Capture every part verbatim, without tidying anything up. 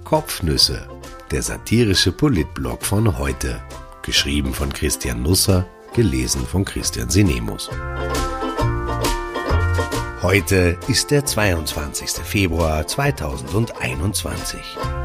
Kopfnüsse, der satirische Politblog von heute. Geschrieben von Christian Nusser, gelesen von Christian Sinemus. Heute ist der zweiundzwanzigster Februar zweitausendeinundzwanzig.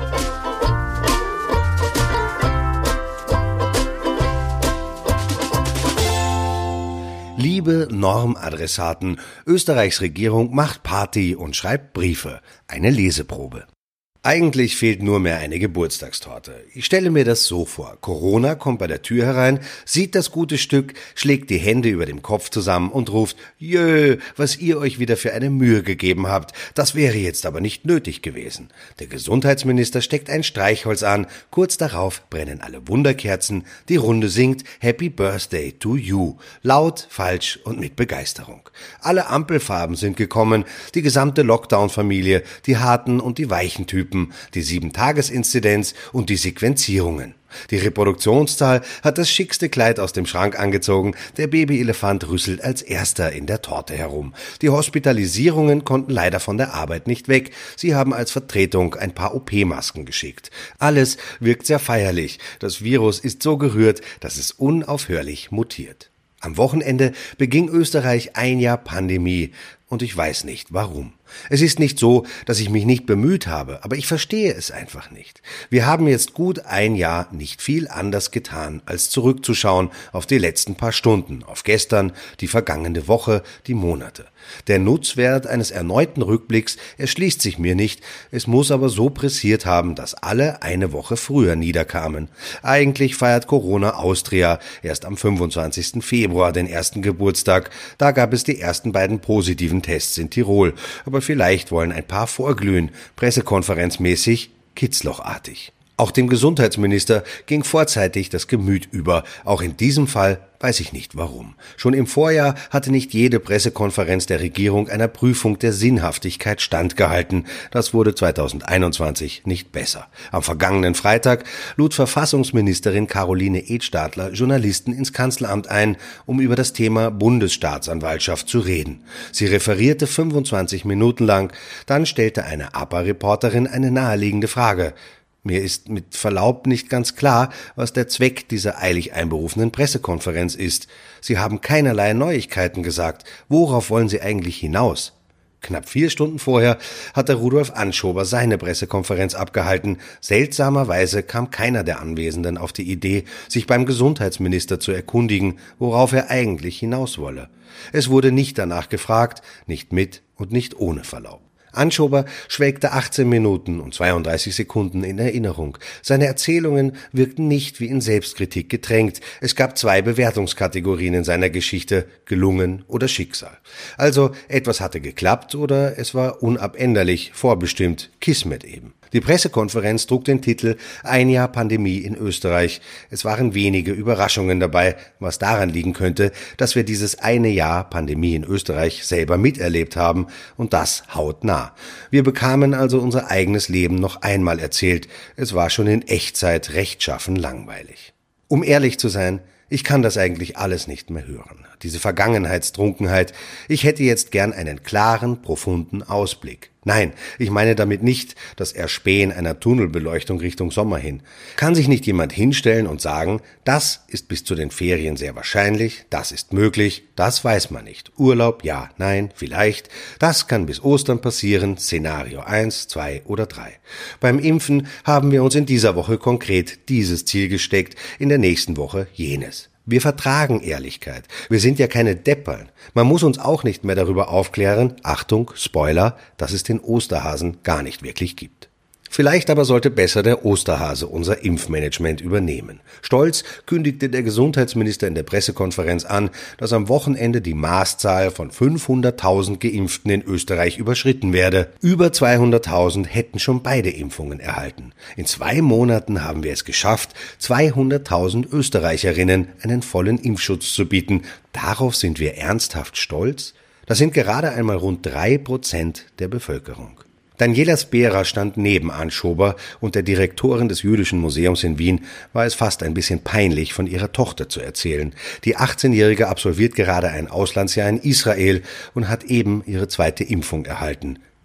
Liebe Normadressaten, Österreichs Regierung macht Party und schreibt Briefe. Eine Leseprobe. Eigentlich fehlt nur mehr eine Geburtstagstorte. Ich stelle mir das so vor. Corona kommt bei der Tür herein, sieht das gute Stück, schlägt die Hände über dem Kopf zusammen und ruft, Jö, was ihr euch wieder für eine Mühe gegeben habt. Das wäre jetzt aber nicht nötig gewesen. Der Gesundheitsminister steckt ein Streichholz an, kurz darauf brennen alle Wunderkerzen, die Runde singt Happy Birthday to you. Laut, falsch und mit Begeisterung. Alle Ampelfarben sind gekommen, die gesamte Lockdown-Familie, die harten und die weichen Typen, die Sieben-Tages-Inzidenz und die Sequenzierungen. Die Reproduktionszahl hat das schickste Kleid aus dem Schrank angezogen, der Babyelefant rüsselt als erster in der Torte herum. Die Hospitalisierungen konnten leider von der Arbeit nicht weg, sie haben als Vertretung ein paar O P-Masken geschickt. Alles wirkt sehr feierlich, das Virus ist so gerührt, dass es unaufhörlich mutiert. Am Wochenende beging Österreich ein Jahr Pandemie und ich weiß nicht warum. Es ist nicht so, dass ich mich nicht bemüht habe, aber ich verstehe es einfach nicht. Wir haben jetzt gut ein Jahr nicht viel anders getan, als zurückzuschauen auf die letzten paar Stunden, auf gestern, die vergangene Woche, die Monate. Der Nutzwert eines erneuten Rückblicks erschließt sich mir nicht, es muss aber so pressiert haben, dass alle eine Woche früher niederkamen. Eigentlich feiert Corona Austria erst am fünfundzwanzigsten Februar den ersten Geburtstag, da gab es die ersten beiden positiven Tests in Tirol, aber vielleicht wollen ein paar vorglühen, pressekonferenzmäßig, kitzlochartig. Auch dem Gesundheitsminister ging vorzeitig das Gemüt über, auch in diesem Fall weiß ich nicht warum. Schon im Vorjahr hatte nicht jede Pressekonferenz der Regierung einer Prüfung der Sinnhaftigkeit standgehalten. Das wurde zweitausendeinundzwanzig nicht besser. Am vergangenen Freitag lud Verfassungsministerin Caroline Edstadler Journalisten ins Kanzleramt ein, um über das Thema Bundesstaatsanwaltschaft zu reden. Sie referierte fünfundzwanzig Minuten lang, dann stellte eine A P A-Reporterin eine naheliegende Frage. Mir ist mit Verlaub nicht ganz klar, was der Zweck dieser eilig einberufenen Pressekonferenz ist. Sie haben keinerlei Neuigkeiten gesagt. Worauf wollen Sie eigentlich hinaus? Knapp vier Stunden vorher hatte Rudolf Anschober seine Pressekonferenz abgehalten. Seltsamerweise kam keiner der Anwesenden auf die Idee, sich beim Gesundheitsminister zu erkundigen, worauf er eigentlich hinaus wolle. Es wurde nicht danach gefragt, nicht mit und nicht ohne Verlaub. Anschober schwelgte achtzehn Minuten und zweiunddreißig Sekunden in Erinnerung. Seine Erzählungen wirkten nicht wie in Selbstkritik getränkt. Es gab zwei Bewertungskategorien in seiner Geschichte, gelungen oder Schicksal. Also etwas hatte geklappt oder es war unabänderlich, vorbestimmt, Kismet eben. Die Pressekonferenz trug den Titel Ein Jahr Pandemie in Österreich. Es waren wenige Überraschungen dabei, was daran liegen könnte, dass wir dieses eine Jahr Pandemie in Österreich selber miterlebt haben und das hautnah. Wir bekamen also unser eigenes Leben noch einmal erzählt. Es war schon in Echtzeit rechtschaffen langweilig. Um ehrlich zu sein, ich kann das eigentlich alles nicht mehr hören. Diese Vergangenheitstrunkenheit. Ich hätte jetzt gern einen klaren, profunden Ausblick. Nein, ich meine damit nicht das Erspähen einer Tunnelbeleuchtung Richtung Sommer hin. Kann sich nicht jemand hinstellen und sagen, das ist bis zu den Ferien sehr wahrscheinlich, das ist möglich, das weiß man nicht. Urlaub, ja, nein, vielleicht. Das kann bis Ostern passieren, Szenario eins, zwei oder drei. Beim Impfen haben wir uns in dieser Woche konkret dieses Ziel gesteckt, in der nächsten Woche jenes. Wir vertragen Ehrlichkeit. Wir sind ja keine Deppern. Man muss uns auch nicht mehr darüber aufklären, Achtung, Spoiler, dass es den Osterhasen gar nicht wirklich gibt. Vielleicht aber sollte besser der Osterhase unser Impfmanagement übernehmen. Stolz kündigte der Gesundheitsminister in der Pressekonferenz an, dass am Wochenende die Maßzahl von fünfhunderttausend Geimpften in Österreich überschritten werde. Über zweihunderttausend hätten schon beide Impfungen erhalten. In zwei Monaten haben wir es geschafft, zweihunderttausend Österreicherinnen einen vollen Impfschutz zu bieten. Darauf sind wir ernsthaft stolz? Das sind gerade einmal rund drei Prozent der Bevölkerung. Daniela Spera stand neben Anschober und der Direktorin des Jüdischen Museums in Wien war es fast ein bisschen peinlich, von ihrer Tochter zu erzählen. Die achtzehnjährige absolviert gerade ein Auslandsjahr in Israel und hat eben ihre zweite Impfung erhalten.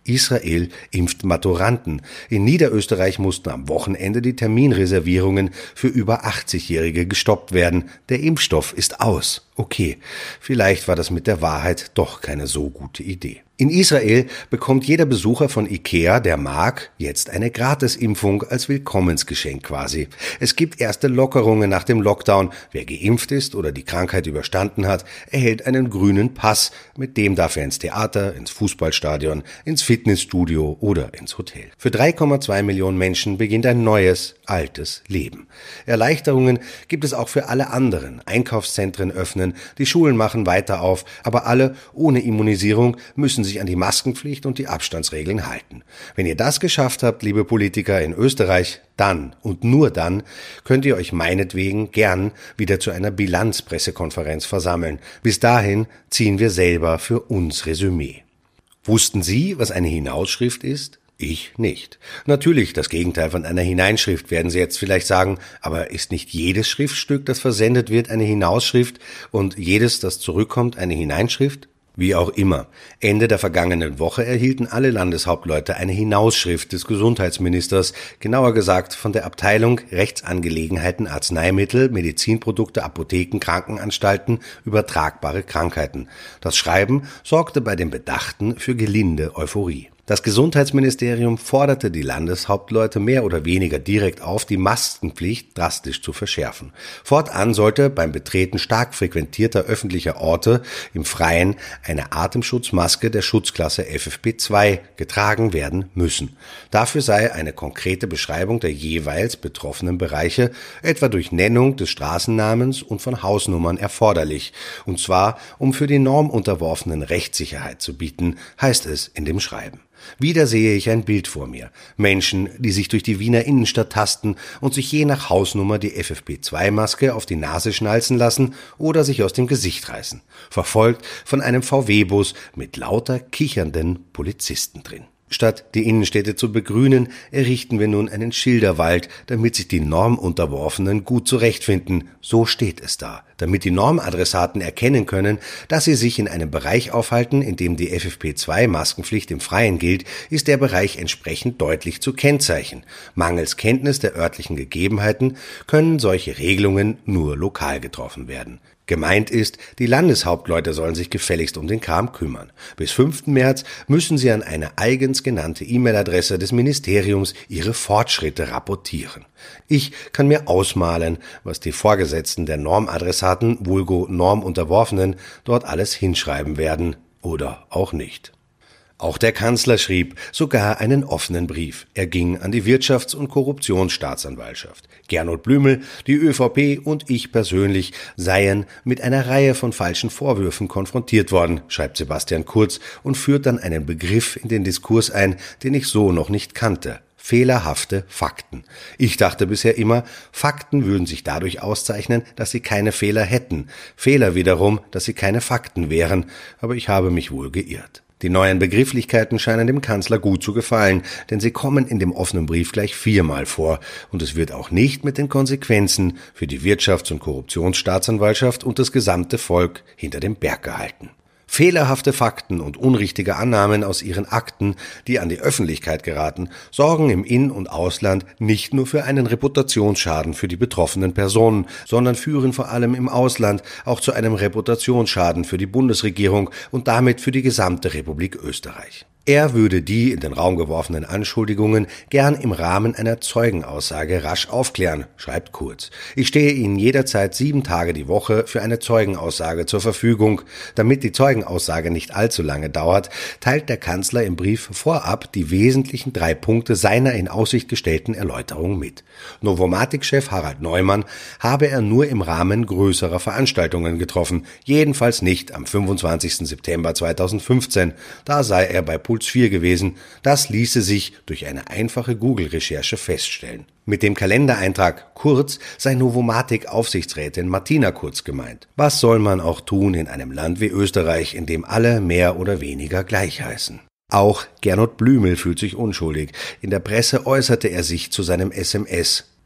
Israel impft Maturanten. In Niederösterreich mussten am Wochenende die Terminreservierungen für über achtzigjährige gestoppt werden. Der Impfstoff ist aus. Okay, vielleicht war das mit der Wahrheit doch keine so gute Idee. In Israel bekommt jeder Besucher von Ikea, der mag, jetzt eine Gratisimpfung als Willkommensgeschenk quasi. Es gibt erste Lockerungen nach dem Lockdown. Wer geimpft ist oder die Krankheit überstanden hat, erhält einen grünen Pass. Mit dem darf er ins Theater, ins Fußballstadion, ins Fitnessstudio oder ins Hotel. Für drei Komma zwei Millionen Menschen beginnt ein neues, altes Leben. Erleichterungen gibt es auch für alle anderen. Einkaufszentren öffnen, die Schulen machen weiter auf, aber alle ohne Immunisierung müssen sich an die Maskenpflicht und die Abstandsregeln halten. Wenn ihr das geschafft habt, liebe Politiker in Österreich, dann und nur dann könnt ihr euch meinetwegen gern wieder zu einer Bilanzpressekonferenz versammeln. Bis dahin ziehen wir selber für uns Resümee. Wussten Sie, was eine Hinausschrift ist? Ich nicht. Natürlich das Gegenteil von einer Hineinschrift, werden Sie jetzt vielleicht sagen, aber ist nicht jedes Schriftstück, das versendet wird, eine Hinausschrift und jedes, das zurückkommt, eine Hineinschrift? Wie auch immer. Ende der vergangenen Woche erhielten alle Landeshauptleute eine Hinausschrift des Gesundheitsministers, genauer gesagt von der Abteilung Rechtsangelegenheiten, Arzneimittel, Medizinprodukte, Apotheken, Krankenanstalten, übertragbare Krankheiten. Das Schreiben sorgte bei den Bedachten für gelinde Euphorie. Das Gesundheitsministerium forderte die Landeshauptleute mehr oder weniger direkt auf, die Maskenpflicht drastisch zu verschärfen. Fortan sollte beim Betreten stark frequentierter öffentlicher Orte im Freien eine Atemschutzmaske der Schutzklasse F F P zwei getragen werden müssen. Dafür sei eine konkrete Beschreibung der jeweils betroffenen Bereiche, etwa durch Nennung des Straßennamens und von Hausnummern, erforderlich, und zwar um für die Normunterworfenen Rechtssicherheit zu bieten, heißt es in dem Schreiben. Wieder sehe ich ein Bild vor mir. Menschen, die sich durch die Wiener Innenstadt tasten und sich je nach Hausnummer die F F P zwei Maske auf die Nase schnalzen lassen oder sich aus dem Gesicht reißen. Verfolgt von einem V W-Bus mit lauter kichernden Polizisten drin. Statt die Innenstädte zu begrünen, errichten wir nun einen Schilderwald, damit sich die Normunterworfenen gut zurechtfinden. So steht es da. Damit die Normadressaten erkennen können, dass sie sich in einem Bereich aufhalten, in dem die F F P zwei Maskenpflicht im Freien gilt, ist der Bereich entsprechend deutlich zu kennzeichnen. Mangels Kenntnis der örtlichen Gegebenheiten können solche Regelungen nur lokal getroffen werden. Gemeint ist, die Landeshauptleute sollen sich gefälligst um den Kram kümmern. Bis fünften März müssen sie an eine eigens genannte E-Mail-Adresse des Ministeriums ihre Fortschritte rapportieren. Ich kann mir ausmalen, was die Vorgesetzten der Normadressaten, vulgo Normunterworfenen, dort alles hinschreiben werden. Oder auch nicht. Auch der Kanzler schrieb sogar einen offenen Brief. Er ging an die Wirtschafts- und Korruptionsstaatsanwaltschaft. Gernot Blümel, die ÖVP und ich persönlich seien mit einer Reihe von falschen Vorwürfen konfrontiert worden, schreibt Sebastian Kurz und führt dann einen Begriff in den Diskurs ein, den ich so noch nicht kannte. Fehlerhafte Fakten. Ich dachte bisher immer, Fakten würden sich dadurch auszeichnen, dass sie keine Fehler hätten. Fehler wiederum, dass sie keine Fakten wären. Aber ich habe mich wohl geirrt. Die neuen Begrifflichkeiten scheinen dem Kanzler gut zu gefallen, denn sie kommen in dem offenen Brief gleich viermal vor und es wird auch nicht mit den Konsequenzen für die Wirtschafts- und Korruptionsstaatsanwaltschaft und das gesamte Volk hinter dem Berg gehalten. Fehlerhafte Fakten und unrichtige Annahmen aus ihren Akten, die an die Öffentlichkeit geraten, sorgen im In- und Ausland nicht nur für einen Reputationsschaden für die betroffenen Personen, sondern führen vor allem im Ausland auch zu einem Reputationsschaden für die Bundesregierung und damit für die gesamte Republik Österreich. Er würde die in den Raum geworfenen Anschuldigungen gern im Rahmen einer Zeugenaussage rasch aufklären, schreibt Kurz. Ich stehe Ihnen jederzeit sieben Tage die Woche für eine Zeugenaussage zur Verfügung. Damit die Zeugenaussage nicht allzu lange dauert, teilt der Kanzler im Brief vorab die wesentlichen drei Punkte seiner in Aussicht gestellten Erläuterung mit. Novomatic-Chef Harald Neumann habe er nur im Rahmen größerer Veranstaltungen getroffen, jedenfalls nicht am fünfundzwanzigsten September zweitausendfünfzehn. Da sei er bei Puls vier gewesen. Das ließe sich durch eine einfache Google-Recherche feststellen. Mit dem Kalendereintrag Kurz sei Novomatic-Aufsichtsrätin Martina Kurz gemeint. Was soll man auch tun in einem Land wie Österreich, in dem alle mehr oder weniger gleich heißen? Auch Gernot Blümel fühlt sich unschuldig. In der Presse äußerte er sich zu seinem S M S.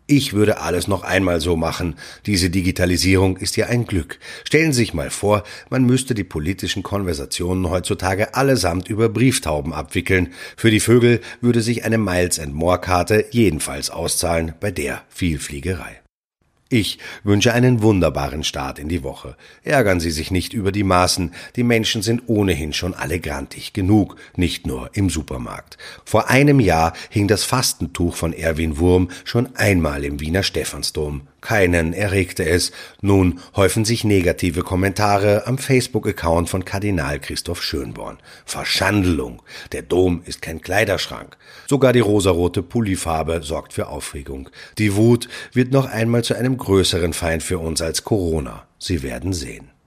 Ich würde alles noch einmal so machen. Diese Digitalisierung ist ja ein Glück. Stellen Sie sich mal vor, man müsste die politischen Konversationen heutzutage allesamt über Brieftauben abwickeln. Für die Vögel würde sich eine Miles-and-More-Karte jedenfalls auszahlen bei der Vielfliegerei. Ich wünsche einen wunderbaren Start in die Woche. Ärgern Sie sich nicht über die Maßen. Die Menschen sind ohnehin schon alle grantig genug, nicht nur im Supermarkt. Vor einem Jahr hing das Fastentuch von Erwin Wurm schon einmal im Wiener Stephansdom. Keinen erregte es. Nun häufen sich negative Kommentare am Facebook-Account von Kardinal Christoph Schönborn. Verschandelung. Der Dom ist kein Kleiderschrank. Sogar die rosarote Pullifarbe sorgt für Aufregung. Die Wut wird noch einmal zu einem größeren Feind für uns als Corona. Sie werden sehen.